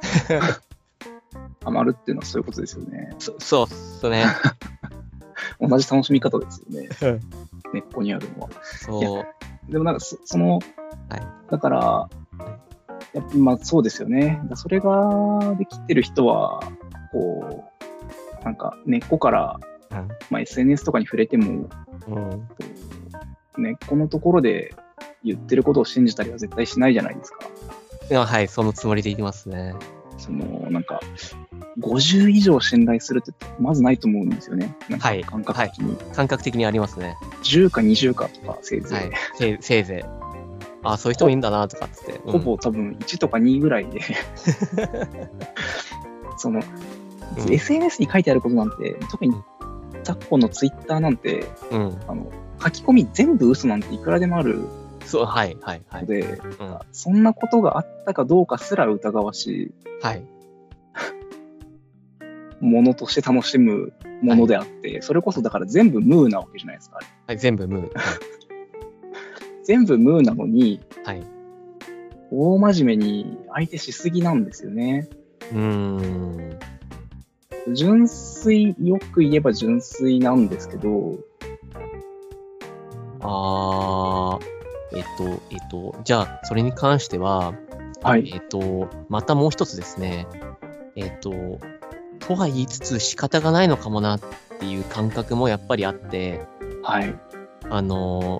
ハマるっていうのはそういうことですよね。 そ、そうっすね。 同じ楽しみ方ですよね。根っこにあるのは。 そう。 でもなんかそ、その、 はい、 だから、やっぱまあそうですよね。それができてる人は、こう、なんか根っこから、うん、まあ、エスエヌエス とかに触れても、うん、根っこのところで言ってることを信じたりは絶対しないじゃないですか。 いや、はい、そのつもりでいきますね。 その、なんか、ごじゅう以上信頼するってまずないと思うんですよね。なんかはい。 感覚的に、 はい。感覚的にありますね。 じゅうかにじゅうかとか、せいぜい。 はい。せせいぜい。あ、そういう人もいいんだなとかっつって。 ほぼ多分いちとかにぐらいで、その、 うん、 エスエヌエス に書いてあることなんて、特に昨今のツイッターなんて、 うん、 あの書き込み全部嘘なんていくらでもあるそう、はい、はい、はい。 ので、 うん、 そんなことがあったかどうかすら疑わしい、 はい、 ものとして楽しむものであって、はい、それこそだから全部ムーなわけじゃないですか。 はい、全部ムー。はい、 全部ムーなのに、 はい、 大真面目に相手しすぎなんですよね。 うーん。 純粋、よく言えば純粋なんですけど、 あー、えっと、えっと、じゃあ、それに関しては、 はい、 えっと、またもう一つですね、えっと、とは言いつつ仕方がないのかもなっていう感覚もやっぱりあって、 はい、 あの、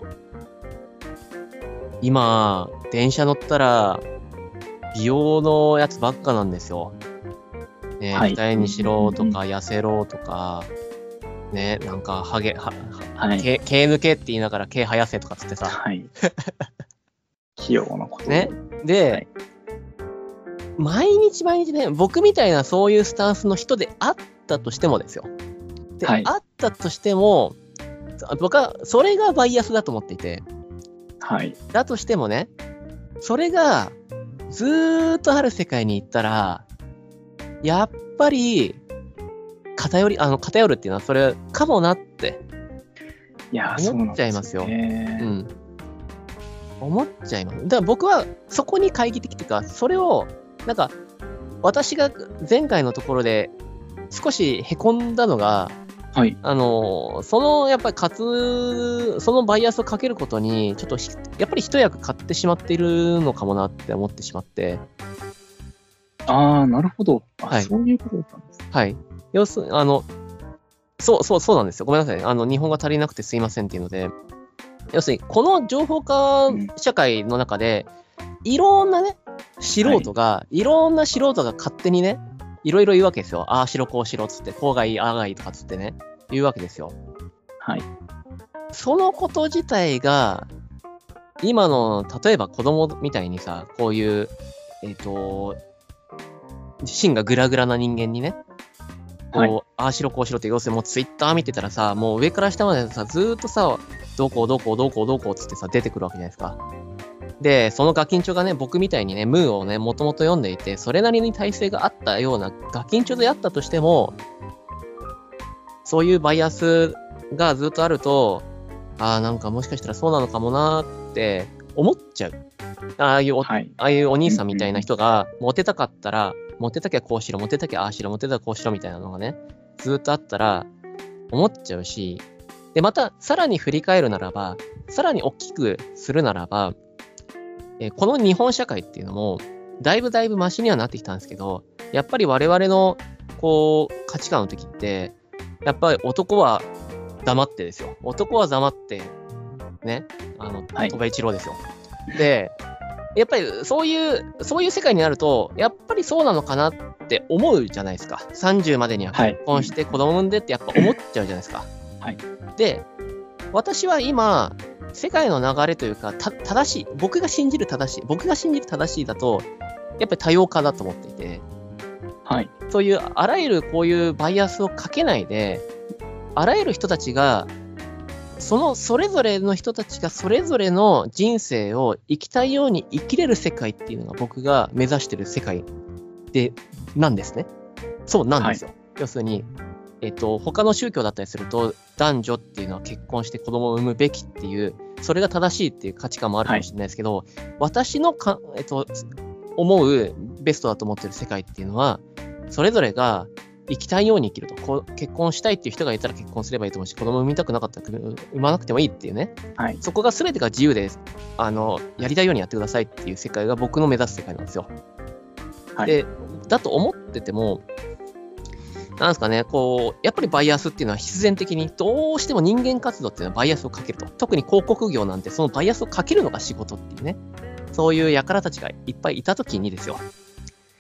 今、電車乗ったら、美容のやつばっかなんですよ。ね、 はい、 二重にしろとか、痩せろとか、ね、なんか、ハゲ、は、 はい、 毛、毛抜けって言いながら毛生やせとかつってさ。 はい。器用なことね。で、はい、毎日毎日ね、僕みたいなそういうスタンスの人であったとしてもですよ。で、はい、あったとしても、僕はそれがバイアスだと思っていて、 はい。 だとしてもね、それがずーっとある世界に行ったら、やっぱり、偏り、あの、偏るっていうのはそれかもなって思っちゃいますよ。 いや、そうなんですよね。 うん。思っちゃいます。だから僕はそこに懐疑的っていうか、それを、なんか、私が前回のところで少しへこんだのが、 はい。 あの、その、やっぱり、かつ、そのバイアスをかけることに、ちょっと、やっぱり一役買ってしまっているのかもなって思ってしまって。 ああ、なるほど。あ、 はい。 そういうことだったんですね。 はい。要するに、あの、そう、そう、そうなんですよ。ごめんなさい。あの、日本が足りなくてすいませんっていうので、要するに、この情報化社会の中で、うん、いろんなね、素人が、はい、いろんな素人が勝手にね、いろいろ言うわけですよ。ああしろこうしろっつって、こうがいい、ああがいいとかっつってね、言うわけですよ。 はい。 そのこと自体が、今の、例えば子供みたいにさ、こういう、えっと、芯がグラグラな人間にね、こう、はい、ああしろこうしろって、要するにもうツイッター見てたらさ、もう上から下までさ、ずーっとさ、どうこうどうこうどうこうどうこうっつってさ、出てくるわけじゃないですか。で、そのガキンチョがね、僕みたいにね、ムーをね、もともと読んでいて、それなりに体制があったようなガキンチョであったとしても、そういうバイアスがずっとあると、ああ、なんかもしかしたらそうなのかもなーって思っちゃう。ああいうお、はい、ああいうお兄さんみたいな人が、モテたかったら、モテたきゃこうしろ、モテたきゃああしろ、モテたきゃこうしろみたいなのがね、ずっとあったら、思っちゃうし、で、また、さらに振り返るならば、さらに大きくするならば、えー、この日本社会っていうのも、だいぶだいぶマシにはなってきたんですけど、やっぱり我々の、こう、価値観の時って、やっぱり男は黙ってですよ。男は黙って、ね、あの、 はい、 鳥羽一郎ですよ。で、やっぱりそういう、そういう世界になると、やっぱりそうなのかなって思うじゃないですか。さんじゅうまでには結婚して子供産んでってやっぱ思っちゃうじゃないですか。 はい。 で、私は今、世界の流れというか、た正しい、僕が信じる正しい、僕が信じる正しいだと、やっぱり多様化だと思っていて、 はい。 そういうあらゆるこういうバイアスをかけないで、あらゆる人たちが、そのそれぞれの人たちがそれぞれの人生を生きたいように生きれる世界っていうのが僕が目指してる世界で、なんですね。そうなんですよ。はい、要するに、えっと、他の宗教だったりすると、男女っていうのは結婚して子供を産むべきっていう、それが正しいっていう価値観もあるかもしれないですけど、はい、私のか、えっと、思うベストだと思ってる世界っていうのは、それぞれが生きたいように生きると。こう結婚したいっていう人がいたら結婚すればいいと思うし、子供産みたくなかったら産まなくてもいいっていうね。 はい、 そこが全てが自由で、あの、やりたいようにやってくださいっていう世界が僕の目指す世界なんですよ。はい、で、だと思ってても、なんですかね、こう、やっぱりバイアスっていうのは必然的にどうしても人間活動っていうのはバイアスをかけると。特に広告業なんてそのバイアスをかけるのが仕事っていうね。そういう輩たちがいっぱいいたときにですよ。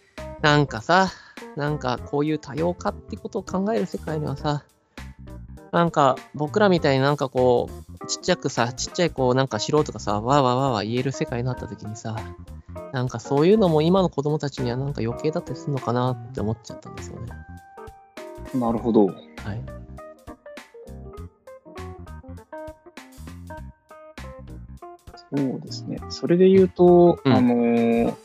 なんかさ、なんかこういう多様化ってことを考える世界にはさ、なんか僕らみたいになんかこう、ちっちゃくさ、ちっちゃいこうなんか素人がさ、わーわーわーわー言える世界になった時にさ、なんかそういうのも今の子供たちにはなんか余計だったりするのかなって思っちゃったんですよね。 なるほど。 はい。 そうですね。それで言うと、 うん、 あのー、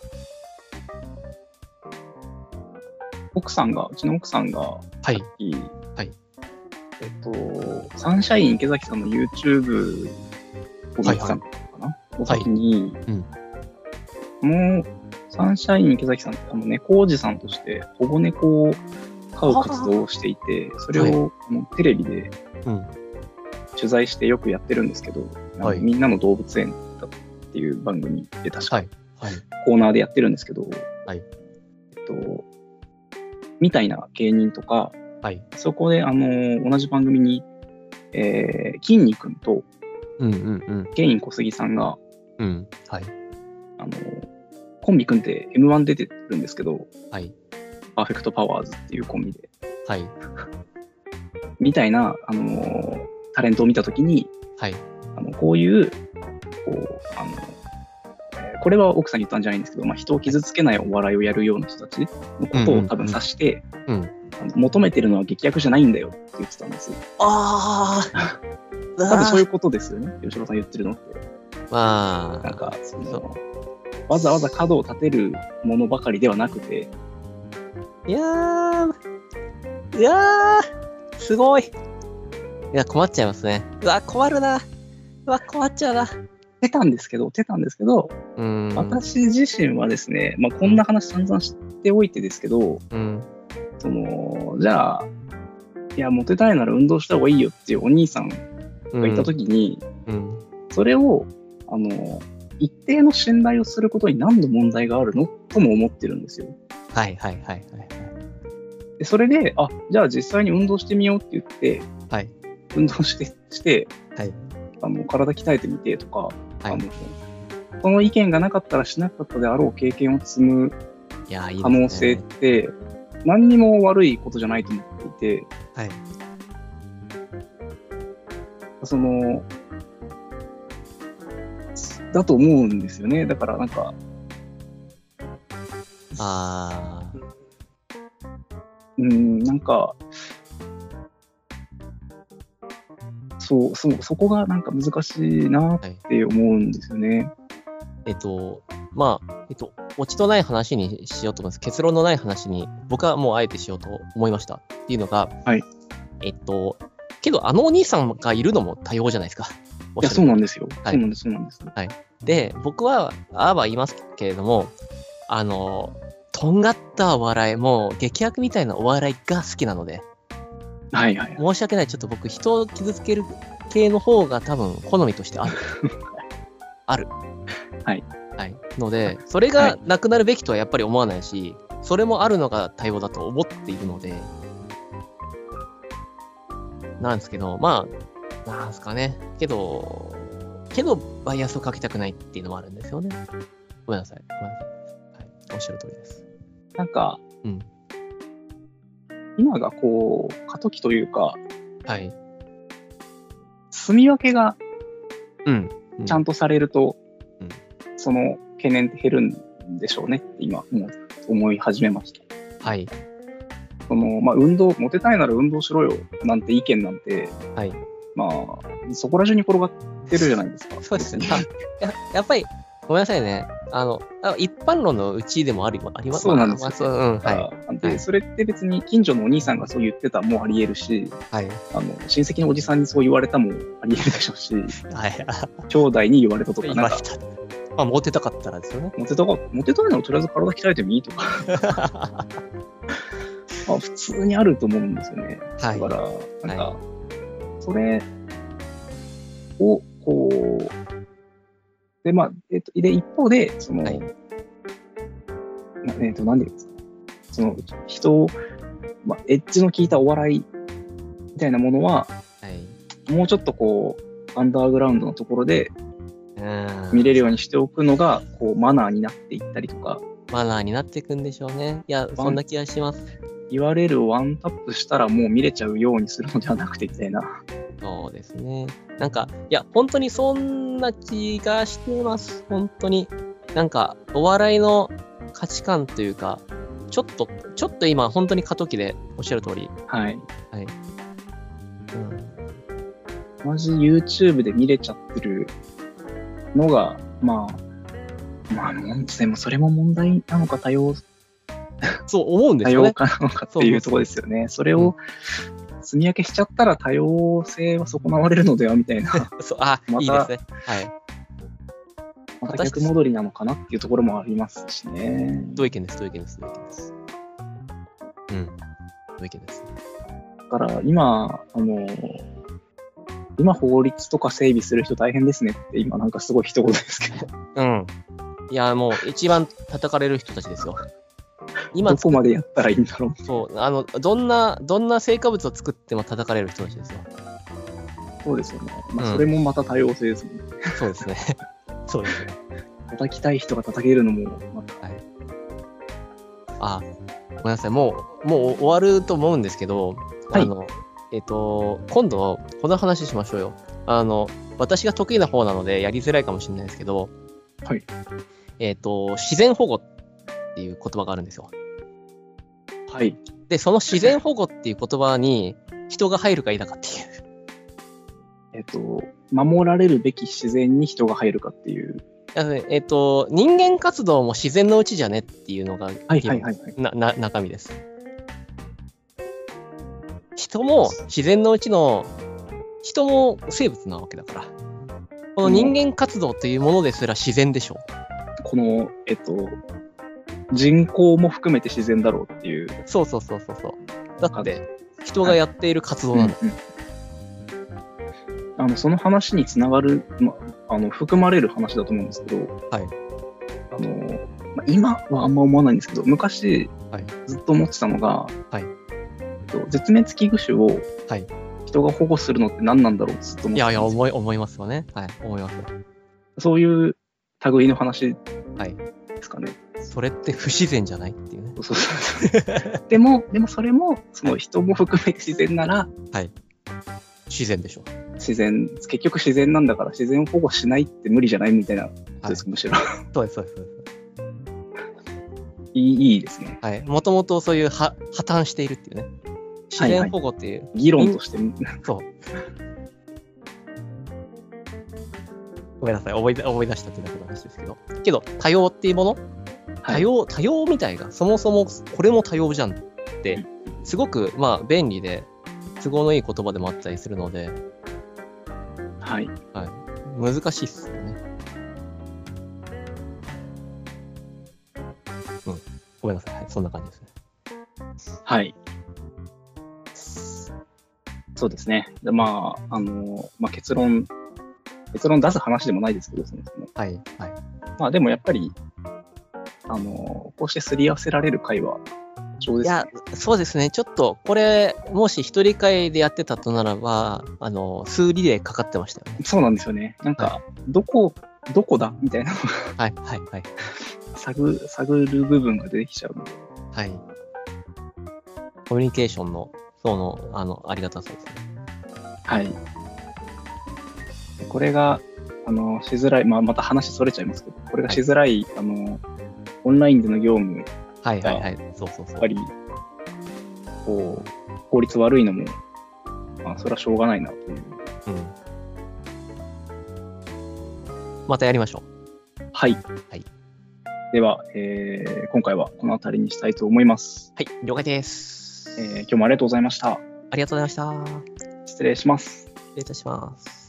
奥さんが、うちの奥さんが、 はさっい、 き、 はい、 えっと、サンシャイン池崎さんの YouTube を見てたのかな、の時に、 うん、 もう、サンシャイン池崎さんって、あの、猫おじさんとして保護猫を飼う活動をしていて、それを、あのテレビで取材してよくやってるんですけど、 はい、 みんなの動物園だっていう番組で確か、 はい、はい、 コーナーでやってるんですけど、 はい、 えっと、みたいな芸人とか、 はい、 そこで、あの、同じ番組に、えー、筋肉と、 うん、うん、うん、 ケイン小杉さんが、 うん、はい、 あの、コンビ組んで エムワン 出てるんですけど、 はい、 パーフェクトパワーズっていうコンビで、 はい、 みたいな、あの、タレントを見たときに、 はい、 あの、こういう、こう、あの、えーこれは奥さんに言ったんじゃないんですけど、まあ、人を傷つけないお笑いをやるような人たちのことを多分指して、 うん、 あの求めてるのは劇薬じゃないんだよって言ってたんです。 ああ、 多分そういうことですよね、吉野さん言ってるのって。 まあ、 なんかその、わざわざ角を立てるものばかりではなくて、 いやー、いやー、すごい。いや、困っちゃいますね。うわ、困るな。うわ、困っちゃうな。 出たんですけど、出たんですけど、 うーん。 私自身はですね、まあ、こんな話散々しておいてですけど、 うん。 その、じゃあ、いや、モテたいなら運動した方がいいよっていうお兄さんがいたときに、 うん。 それを、あの、一定の信頼をすることに何の問題があるのとも思ってるんですよ。 はいはいはいはい。 でそれで、あ、じゃあ実際に運動してみようって言って、 はい。 運動して、して、 はい。 あの体鍛えてみてとか、 はいあの、その意見がなかったらしなかったであろう経験を積むいや、いいですね。 可能性って何にも悪いことじゃないと思っていて、 はい。 その、だと思うんですよね。だからなんか、 あー。 うん、なんか、そう、そう、そこがなんか難しいなって思うんですよね。 えっと、まあ、えっと、オチのない話にしようと思います。結論のない話に、僕はもうあえてしようと思いました。っていうのが、 はい。 えっと、けど、あのお兄さんがいるのも多様じゃないですか。 いや、そうなんですよ。 はいそうなんです、そうなんです。 はい。で、僕は、ああは言いますけれども、あの、とんがったお笑い、もう劇薬みたいなお笑いが好きなので、 はいはい。 申し訳ない。ちょっと僕、人を傷つける系の方が多分、好みとしてある。ある。 はい。 はい。ので、それがなくなるべきとはやっぱり思わないし、それもあるのが多様だと思っているので、なんですけど、まあ、なんですかね。けど、けど、バイアスをかけたくないっていうのもあるんですよね。ごめんなさい。ごめんなさい。はい。おっしゃる通りです。 なんか、 うん。 今がこう、過渡期というか、 はい。 住み分けがうん。 ちゃんとされると、 うん、 その懸念って減るんでしょうねって今、もう思い始めました。 はい。 その、まあ、運動、モテたいなら運動しろよなんて意見なんて、 はい。 まあ、そこら中に転がってるじゃないですか。 そうですね。や, やっぱり、ごめんなさいね。あの、あ一般論のうちでもありあります。 そうなんですよ。 まあそう、うん、はい。で、それって別に近所のお兄さんがそう言ってたもあり得るし、 はい。 あの、親戚のおじさんにそう言われたもあり得るでしょうし、 はい。 兄弟に言われたとか、 言いました。まあ、モテたかったらですよね。 モテたか、モテたいならとりあえず体鍛えてもいいとか。まあ、普通にあると思うんですよね。はい、だから、なんか、はい、それを、こう、で、まあ、えっと、で、一方で、その、はい、えっと、なんでですか、その、人を、まあ、エッジの効いたお笑いみたいなものは、はい、もうちょっとこう、アンダーグラウンドのところで見れるようにしておくのが、こう、マナーになっていったりとか、 マナーになっていくんでしょうね。いや、そんな気がします。 言われるワンタップしたらもう見れちゃうようにするのではなくてみたいな。 そうですね。なんか、いや、本当にそんな気がしてます。本当に。なんか、お笑いの価値観というか、ちょっと、ちょっと今、本当に過渡期でおっしゃる通り。 はい。 はい。 うん。マジ YouTube で見れちゃってるのが、まあ、まあ、でもそれも問題なのか、多様、 そう思うんですよね。 多様化なのかっていうところですよね。それを積み分けしちゃったら多様性は損なわれるのではみたいな。 そう、あ、ま、いいですね。はい。 また逆戻りなのかなっていうところもありますしね。 同意見です、同意見です、同意見です。うん。同意見です。 だから今、あの、今法律とか整備する人大変ですねって今なんかすごい一言ですけど。 うん。いや、もう一番叩かれる人たちですよ。 今どこまでやったらいいんだろう。 そう、あの、どんな、どんな成果物を作っても叩かれる人たちですよ。 そうですよね。まあ、それもまた多様性ですもんね。 うん、そうですね。そうですね。 叩きたい人が叩けるのもまた。はい。 あ、ごめんなさい。もう、もう終わると思うんですけど、はい、あの、えっと、今度、この話しましょうよ。あの、私が得意な方なのでやりづらいかもしれないですけど、 はい。 えっと、自然保護っていう言葉があるんですよ。 はい。 で、その自然保護っていう言葉に人が入るか否かっていう。 えっと、守られるべき自然に人が入るかっていう。 えっと、人間活動も自然のうちじゃねっていうのが、 はいはいはい、はい、 なな中身です。人も自然のうちの、人も生物なわけだから。この人間活動というものですら自然でしょう。 この、えっと、人口も含めて自然だろうっていう。 そうそうそうそうそう。だって、人がやっている活動なの。はいうんうんあのその話につながる、ま、あの含まれる話だと思うんですけど、 はい、 あのま、今はあんま思わないんですけど、昔、はい、ずっと思ってたのが、 はい、 絶滅危惧種をはい人が保護するのって何なんだろうってずっと思ってたんですよ。 いやいや思い、思いますよね。はい、思います。 そういう類の話ですかね。 はい、それって不自然じゃないっていうね。 そうそうでも、でもそれも、その人も含めて自然なら、 はい、自然でしょ。 自然、結局自然なんだから自然を保護しないって無理じゃないみたいなことです、はい、むしろ。 そうです、そうです。 いい、いいですね。 はい。もともとそういうは破綻しているっていうね。自然保護っていう。 はいはい、議論として。 そう。ごめんなさい。思い、思い出したってだけの話ですけど。けど、多様っていうもの、多様、はい、多様みたいが、そもそもこれも多様じゃんって、すごく、まあ、便利で、都合のいい言葉でもあったりするので、 はい。 はい。難しいっすよね。うん。ごめんなさい。はい。そんな感じですね。 はい。そうですね。でまあ、あの、まあ、結論、結論出す話でもないですけど、そもそも。 はい。はい。 まあ、でもやっぱり、あの、こうしてすり合わせられる会話、 いや、そうですね。ちょっと、これ、もし一人会でやってたとならば、あの、数リレーかかってましたよね。 そうなんですよね。なんか、はい、どこ、どこだみたいな。 はい、はい、はい。 探、探る部分が出てきちゃうので。 はい。コミュニケーションの、その、あの、ありがたさですね。 はい。これが、あの、しづらい、まあ、また話それちゃいますけど、これがしづらい、はい、あの、オンラインでの業務、 はいはいはい、そうそうそう。 やっぱり、こう、効率悪いのも、まあ、それはしょうがないなという。うん。 またやりましょう。はい。 はい。 では、えー、今回はこの辺りにしたいと思います。 はい、了解です。 えー、今日もありがとうございました。 ありがとうございました。 失礼します。 失礼いたします。